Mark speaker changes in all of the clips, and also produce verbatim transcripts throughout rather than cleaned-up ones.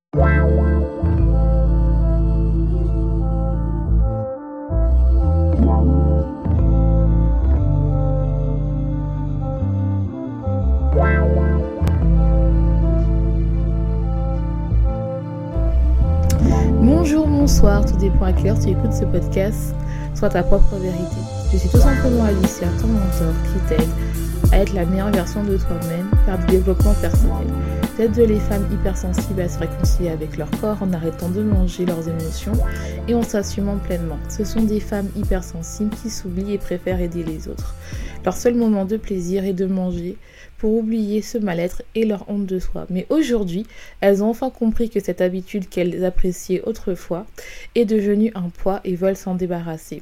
Speaker 1: Bonjour, bonsoir, tout dépend à quelle heure tu écoutes ce podcast, soit ta propre vérité. Je suis tout simplement Alicia, ton mentor qui t'aide à être la meilleure version de toi-même, faire du développement personnel. J'aide les femmes hypersensibles à se réconcilier avec leur corps en arrêtant de manger leurs émotions et en s'assumant pleinement. Ce sont des femmes hypersensibles qui s'oublient et préfèrent aider les autres. Leur seul moment de plaisir est de manger pour oublier ce mal-être et leur honte de soi. Mais aujourd'hui, elles ont enfin compris que cette habitude qu'elles appréciaient autrefois est devenue un poids et veulent s'en débarrasser.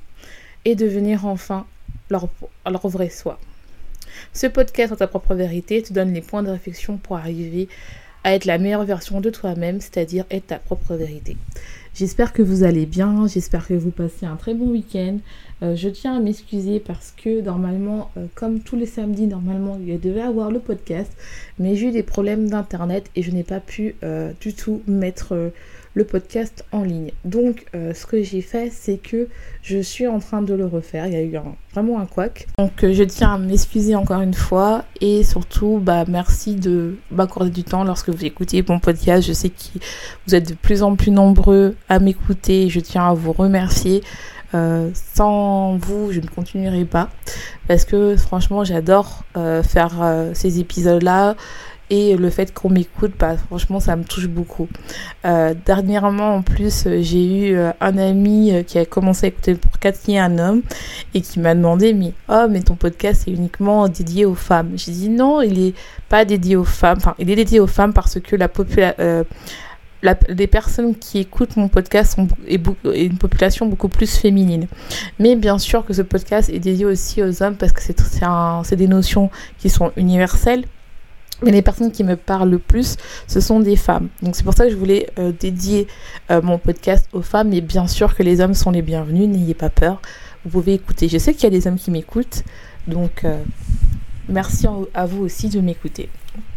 Speaker 1: Et devenir enfin leur, leur vrai soi. Ce podcast sur ta propre vérité te donne les points de réflexion pour arriver à être la meilleure version de toi-même, c'est-à-dire être ta propre vérité. J'espère que vous allez bien, j'espère que vous passez un très bon week-end. Euh, je tiens à m'excuser parce que normalement, euh, comme tous les samedis, normalement, il devait avoir le podcast, mais j'ai eu des problèmes d'internet et je n'ai pas pu euh, du tout mettre euh, le podcast en ligne. Donc, euh, ce que j'ai fait, c'est que je suis en train de le refaire. Il y a eu un, vraiment un couac. Donc, euh, je tiens à m'excuser encore une fois et surtout, bah, merci de m'accorder du temps lorsque vous écoutez mon podcast. Je sais que vous êtes de plus en plus nombreux à m'écouter. Je tiens à vous remercier. Euh, sans vous, je ne continuerai pas parce que franchement, j'adore euh, faire euh, ces épisodes-là et le fait qu'on m'écoute, bah, franchement, ça me touche beaucoup. Euh, dernièrement, en plus, j'ai eu euh, un ami euh, qui a commencé à écouter pour Cathy un homme et qui m'a demandé, mais oh, mais ton podcast est uniquement dédié aux femmes. J'ai dit non, il est pas dédié aux femmes. Enfin, il est dédié aux femmes parce que la population euh, La, les personnes qui écoutent mon podcast sont est, beaucoup, est une population beaucoup plus féminine. Mais bien sûr que ce podcast est dédié aussi aux hommes parce que c'est, c'est, un, c'est des notions qui sont universelles. Mais les personnes qui me parlent le plus, ce sont des femmes. Donc c'est pour ça que je voulais euh, dédier euh, mon podcast aux femmes. Et bien sûr que les hommes sont les bienvenus, n'ayez pas peur. Vous pouvez écouter. Je sais qu'il y a des hommes qui m'écoutent. Donc euh, merci à vous aussi de m'écouter.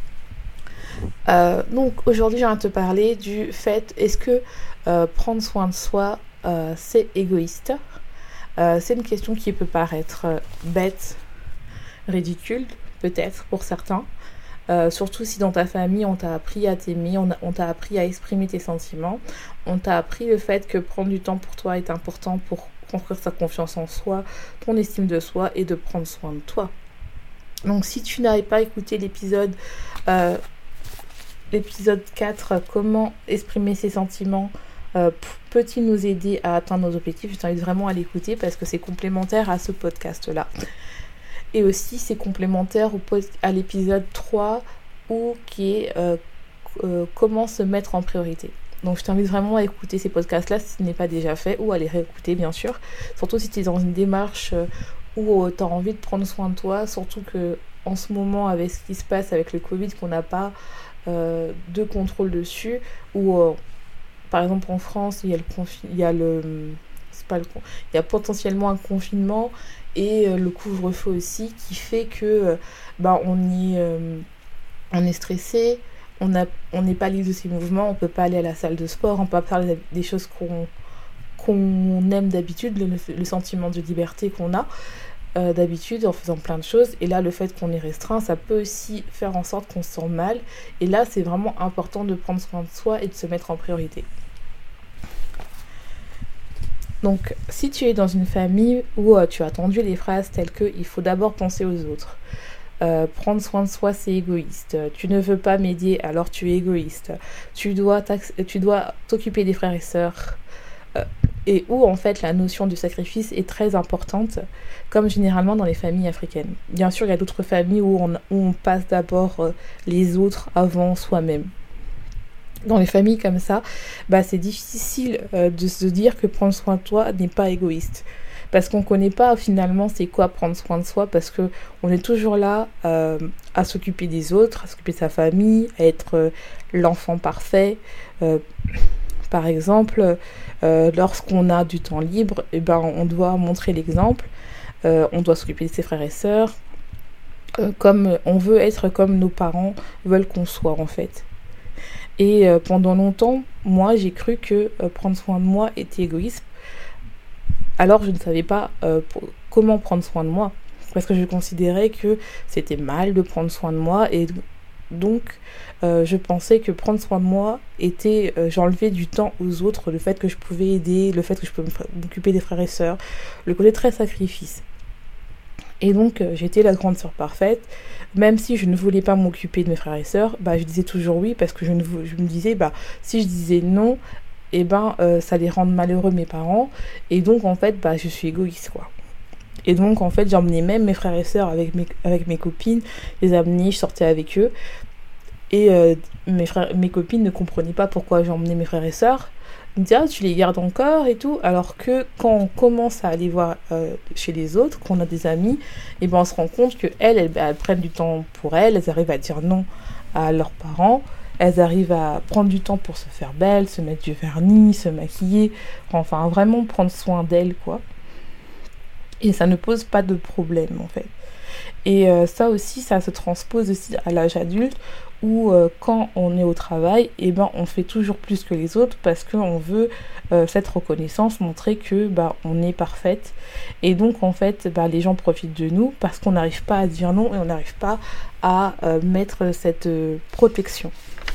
Speaker 1: Euh, donc aujourd'hui j'ai envie de te parler du fait, est-ce que euh, prendre soin de soi euh, c'est égoïste? euh, C'est une question qui peut paraître euh, bête, ridicule peut-être pour certains, euh, surtout si dans ta famille on t'a appris à t'aimer, on, a, on t'a appris à exprimer tes sentiments, on t'a appris le fait que prendre du temps pour toi est important pour construire sa confiance en soi, ton estime de soi et de prendre soin de toi. Donc si tu n'avais pas écouté l'épisode euh, L'épisode quatre, comment exprimer ses sentiments euh, peut-il nous aider à atteindre nos objectifs? Je t'invite vraiment à l'écouter parce que c'est complémentaire à ce podcast-là. Et aussi, c'est complémentaire au post- à l'épisode trois où, qui est euh, euh, comment se mettre en priorité. Donc, je t'invite vraiment à écouter ces podcasts-là si ce n'est pas déjà fait ou à les réécouter, bien sûr. Surtout si tu es dans une démarche euh, où euh, tu as envie de prendre soin de toi. Surtout qu'en ce moment, avec ce qui se passe avec le Covid, qu'on n'a pas Euh, de contrôle dessus, ou euh, par exemple en France il y a le confi- il y a le c'est pas le il y a potentiellement un confinement et euh, le couvre-feu aussi qui fait que euh, bah on y euh, on est stressé, on a on n'est pas libre de ses mouvements, on peut pas aller à la salle de sport, on peut pas faire des choses qu'on qu'on aime d'habitude, le, le sentiment de liberté qu'on a Euh, d'habitude en faisant plein de choses, et là le fait qu'on est restreint ça peut aussi faire en sorte qu'on se sent mal, et là c'est vraiment important de prendre soin de soi et de se mettre en priorité. Donc si tu es dans une famille où euh, tu as entendu les phrases telles que il faut d'abord penser aux autres, euh, prendre soin de soi c'est égoïste, tu ne veux pas m'aider alors tu es égoïste, tu dois, tu dois t'occuper des frères et sœurs, euh, et où en fait la notion du sacrifice est très importante, comme généralement dans les familles africaines. Bien sûr, il y a d'autres familles où on, où on passe d'abord euh, les autres avant soi-même. Dans les familles comme ça, bah, c'est difficile euh, de se dire que prendre soin de toi n'est pas égoïste. Parce qu'on ne connaît pas finalement c'est quoi prendre soin de soi, parce qu'on est toujours là euh, à s'occuper des autres, à s'occuper de sa famille, à être euh, l'enfant parfait. Euh, par exemple, euh, lorsqu'on a du temps libre, eh ben, on doit montrer l'exemple, euh, on doit s'occuper de ses frères et sœurs, euh, comme on veut être comme nos parents veulent qu'on soit en fait. Et euh, pendant longtemps, moi, j'ai cru que euh, prendre soin de moi était égoïste. Alors, je ne savais pas euh, pour, comment prendre soin de moi. Parce que je considérais que c'était mal de prendre soin de moi. Et donc, euh, je pensais que prendre soin de moi était... Euh, j'enlevais du temps aux autres. Le fait que je pouvais aider, le fait que je pouvais m'occuper des frères et sœurs. Le côté très sacrifice. Et donc, euh, j'étais la grande sœur parfaite. Même si je ne voulais pas m'occuper de mes frères et sœurs, bah, je disais toujours oui. Parce que je, ne, je me disais, bah, si je disais non... et eh ben euh, ça les rend malheureux mes parents, et donc en fait bah je suis égoïste quoi. Et donc en fait j'emmenais même mes frères et sœurs avec mes avec mes copines, je les amenais, je sortais avec eux, et euh, mes frères mes copines ne comprenaient pas pourquoi j'emmenais mes frères et sœurs. Ils me disaient ah, tu les gardes encore et tout, alors que quand on commence à aller voir euh, chez les autres, qu'on a des amis, et ben on se rend compte que elles, elles, elles prennent du temps pour elles, elles arrivent à dire non à leurs parents. Elles arrivent à prendre du temps pour se faire belle, se mettre du vernis, se maquiller, enfin vraiment prendre soin d'elles, quoi. Et ça ne pose pas de problème, en fait. Et euh, ça aussi, ça se transpose aussi à l'âge adulte, où euh, quand on est au travail, eh ben, on fait toujours plus que les autres parce qu'on veut euh, cette reconnaissance, montrer que bah, on est parfaite. Et donc, en fait, bah, les gens profitent de nous parce qu'on n'arrive pas à dire non et on n'arrive pas à euh, mettre cette euh, protection.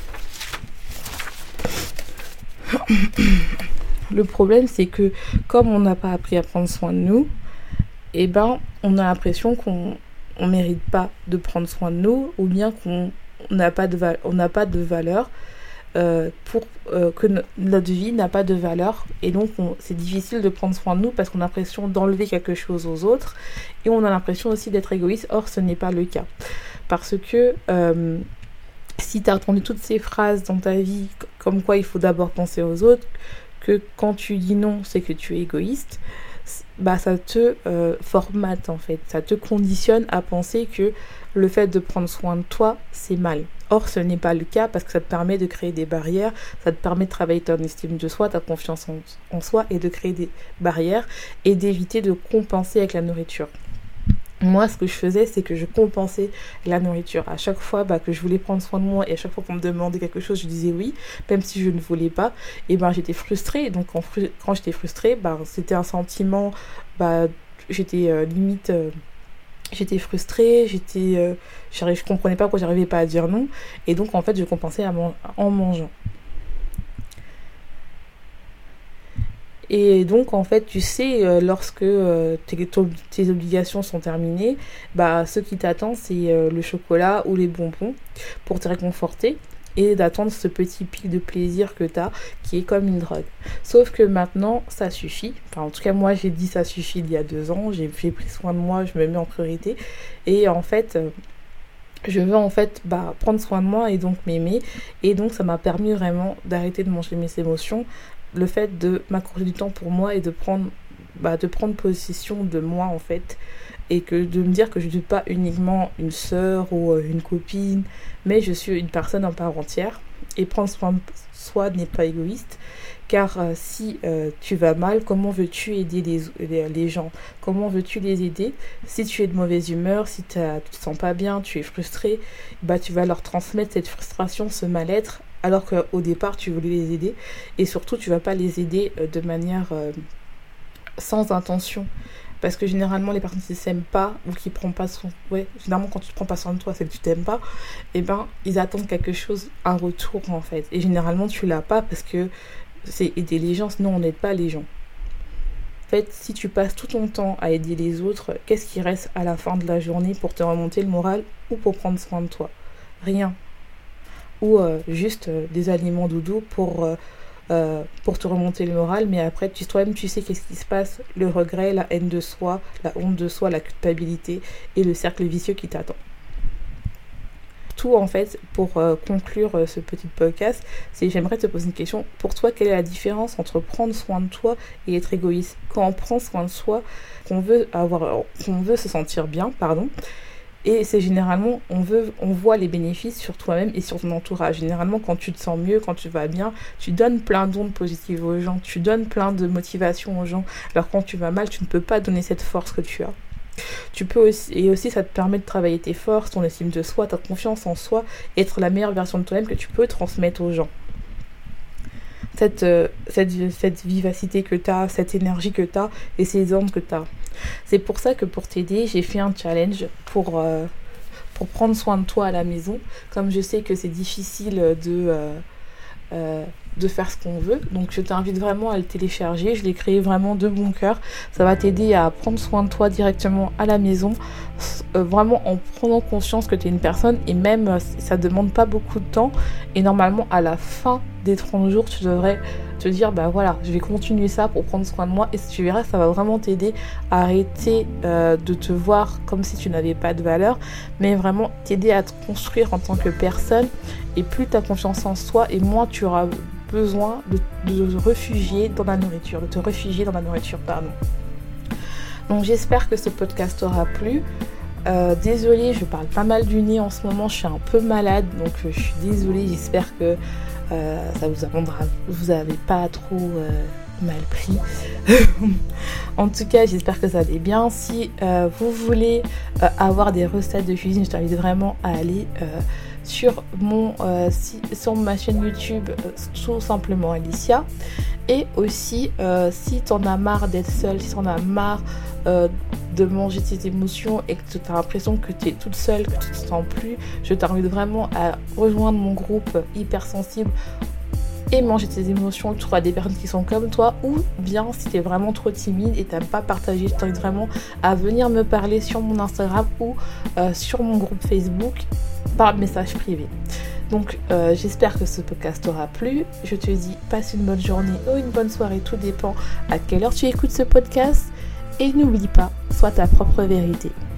Speaker 1: Le problème, c'est que comme on n'a pas appris à prendre soin de nous, eh ben, on a l'impression qu'on on mérite pas de prendre soin de nous, ou bien qu'on n'a pas de val- on n'a pas de valeur, euh, pour euh, que no- notre vie n'a pas de valeur, et donc on, c'est difficile de prendre soin de nous parce qu'on a l'impression d'enlever quelque chose aux autres, et on a l'impression aussi d'être égoïste. Or, ce n'est pas le cas, parce que euh, si tu as entendu toutes ces phrases dans ta vie, comme quoi il faut d'abord penser aux autres, que quand tu dis non, c'est que tu es égoïste, bah ça te euh, formate en fait, ça te conditionne à penser que le fait de prendre soin de toi, c'est mal. Or, ce n'est pas le cas parce que ça te permet de créer des barrières, ça te permet de travailler ton estime de soi, ta confiance en, en soi, et de créer des barrières et d'éviter de compenser avec la nourriture. Moi, ce que je faisais, c'est que je compensais la nourriture. À chaque fois bah, que je voulais prendre soin de moi, et à chaque fois qu'on me demandait quelque chose, je disais oui, même si je ne voulais pas. Et ben, j'étais frustrée. Donc, quand, quand j'étais frustrée, bah, c'était un sentiment, bah, j'étais euh, limite, euh, j'étais frustrée, j'étais, euh, je comprenais pas pourquoi j'arrivais pas à dire non. Et donc, en fait, je compensais à man- en mangeant. Et donc, en fait, tu sais, euh, lorsque euh, tes, tes obligations sont terminées, bah, ce qui t'attend, c'est euh, le chocolat ou les bonbons pour te réconforter et d'attendre ce petit pic de plaisir que tu as, qui est comme une drogue. Sauf que maintenant, ça suffit. Enfin, en tout cas, moi, j'ai dit ça suffit il y a deux ans. J'ai, j'ai pris soin de moi, je me mets en priorité. Et en fait... Euh, je veux en fait bah, prendre soin de moi et donc m'aimer. Et donc, ça m'a permis vraiment d'arrêter de manger mes émotions. Le fait de m'accorder du temps pour moi et de prendre, bah, de prendre possession de moi en fait, et que de me dire que je ne suis pas uniquement une sœur ou euh, une copine, mais je suis une personne en part entière. Et prendre soin de soi n'est pas égoïste, car euh, si euh, tu vas mal, comment veux-tu aider les, les, les gens? Comment veux-tu les aider? Si tu es de mauvaise humeur, si tu ne te sens pas bien, tu es frustré, bah, tu vas leur transmettre cette frustration, ce mal-être, alors qu'au départ, tu voulais les aider. Et surtout, tu ne vas pas les aider euh, de manière euh, sans intention. Parce que généralement, les personnes qui ne s'aiment pas ou qui ne prennent pas soin... Ouais, généralement, quand tu ne prends pas soin de toi, c'est que tu t'aimes pas. Et ben, ils attendent quelque chose, un retour, en fait. Et généralement, tu l'as pas parce que c'est aider les gens, sinon on n'aide pas les gens. En fait, si tu passes tout ton temps à aider les autres, qu'est-ce qui reste à la fin de la journée pour te remonter le moral ou pour prendre soin de toi? Rien. Ou euh, juste euh, des aliments doudous pour, euh, euh, pour te remonter le moral, mais après, tu, toi-même, tu sais qu'est-ce qui se passe, le regret, la haine de soi, la honte de soi, la culpabilité et le cercle vicieux qui t'attend. Tout, en fait, pour euh, conclure euh, ce petit podcast, c'est j'aimerais te poser une question. Pour toi, quelle est la différence entre prendre soin de toi et être égoïste? Quand on prend soin de soi, qu'on veut avoir, qu'on veut se sentir bien, pardon, et c'est généralement, on veut, on voit les bénéfices sur toi-même et sur ton entourage. Généralement, quand tu te sens mieux, quand tu vas bien, tu donnes plein d'ondes positives aux gens, tu donnes plein de motivation aux gens. Alors quand tu vas mal, tu ne peux pas donner cette force que tu as. Tu peux aussi, et aussi ça te permet de travailler tes forces, ton estime de soi, ta confiance en soi, être la meilleure version de toi-même que tu peux transmettre aux gens. Cette, euh, cette, cette vivacité que tu as, cette énergie que tu as et ces ondes que tu as. C'est pour ça que pour t'aider, j'ai fait un challenge pour, euh, pour prendre soin de toi à la maison. Comme je sais que c'est difficile de, euh, euh, de faire ce qu'on veut, donc je t'invite vraiment à le télécharger. Je l'ai créé vraiment de bon cœur. Ça va t'aider à prendre soin de toi directement à la maison, euh, vraiment en prenant conscience que tu es une personne, et même euh, ça demande pas beaucoup de temps, et normalement à la fin des trente jours tu devrais te dire bah voilà, je vais continuer ça pour prendre soin de moi, et tu verras, ça va vraiment t'aider à arrêter euh, de te voir comme si tu n'avais pas de valeur, mais vraiment t'aider à te construire en tant que personne. Et plus tu as confiance en soi, et moins tu auras besoin de, de te réfugier dans la nourriture, de te réfugier dans la nourriture, pardon. Donc j'espère que ce podcast t'aura plu. Euh, désolée, je parle pas mal du nez en ce moment, je suis un peu malade, donc euh, je suis désolée, j'espère que euh, ça vous amènera, vous avez pas trop euh, mal pris. En tout cas, j'espère que ça allait bien. Si euh, vous voulez euh, avoir des recettes de cuisine, je t'invite vraiment à aller euh, sur mon euh, si, sur ma chaîne YouTube, euh, tout simplement Alicia. Et aussi, euh, si t'en as marre d'être seule, si t'en as marre euh, de manger tes émotions et que tu as l'impression que tu es toute seule, que tu te sens plus, je t'invite vraiment à rejoindre mon groupe hypersensible et manger tes émotions. Tu trouveras des personnes qui sont comme toi, ou bien si tu es vraiment trop timide et t'aimes pas partager, je t'invite vraiment à venir me parler sur mon Instagram ou euh, sur mon groupe Facebook par message privé. Donc euh, j'espère que ce podcast t'aura plu. Je te dis passe une bonne journée ou une bonne soirée, tout dépend à quelle heure tu écoutes ce podcast. Et n'oublie pas, sois ta propre vérité.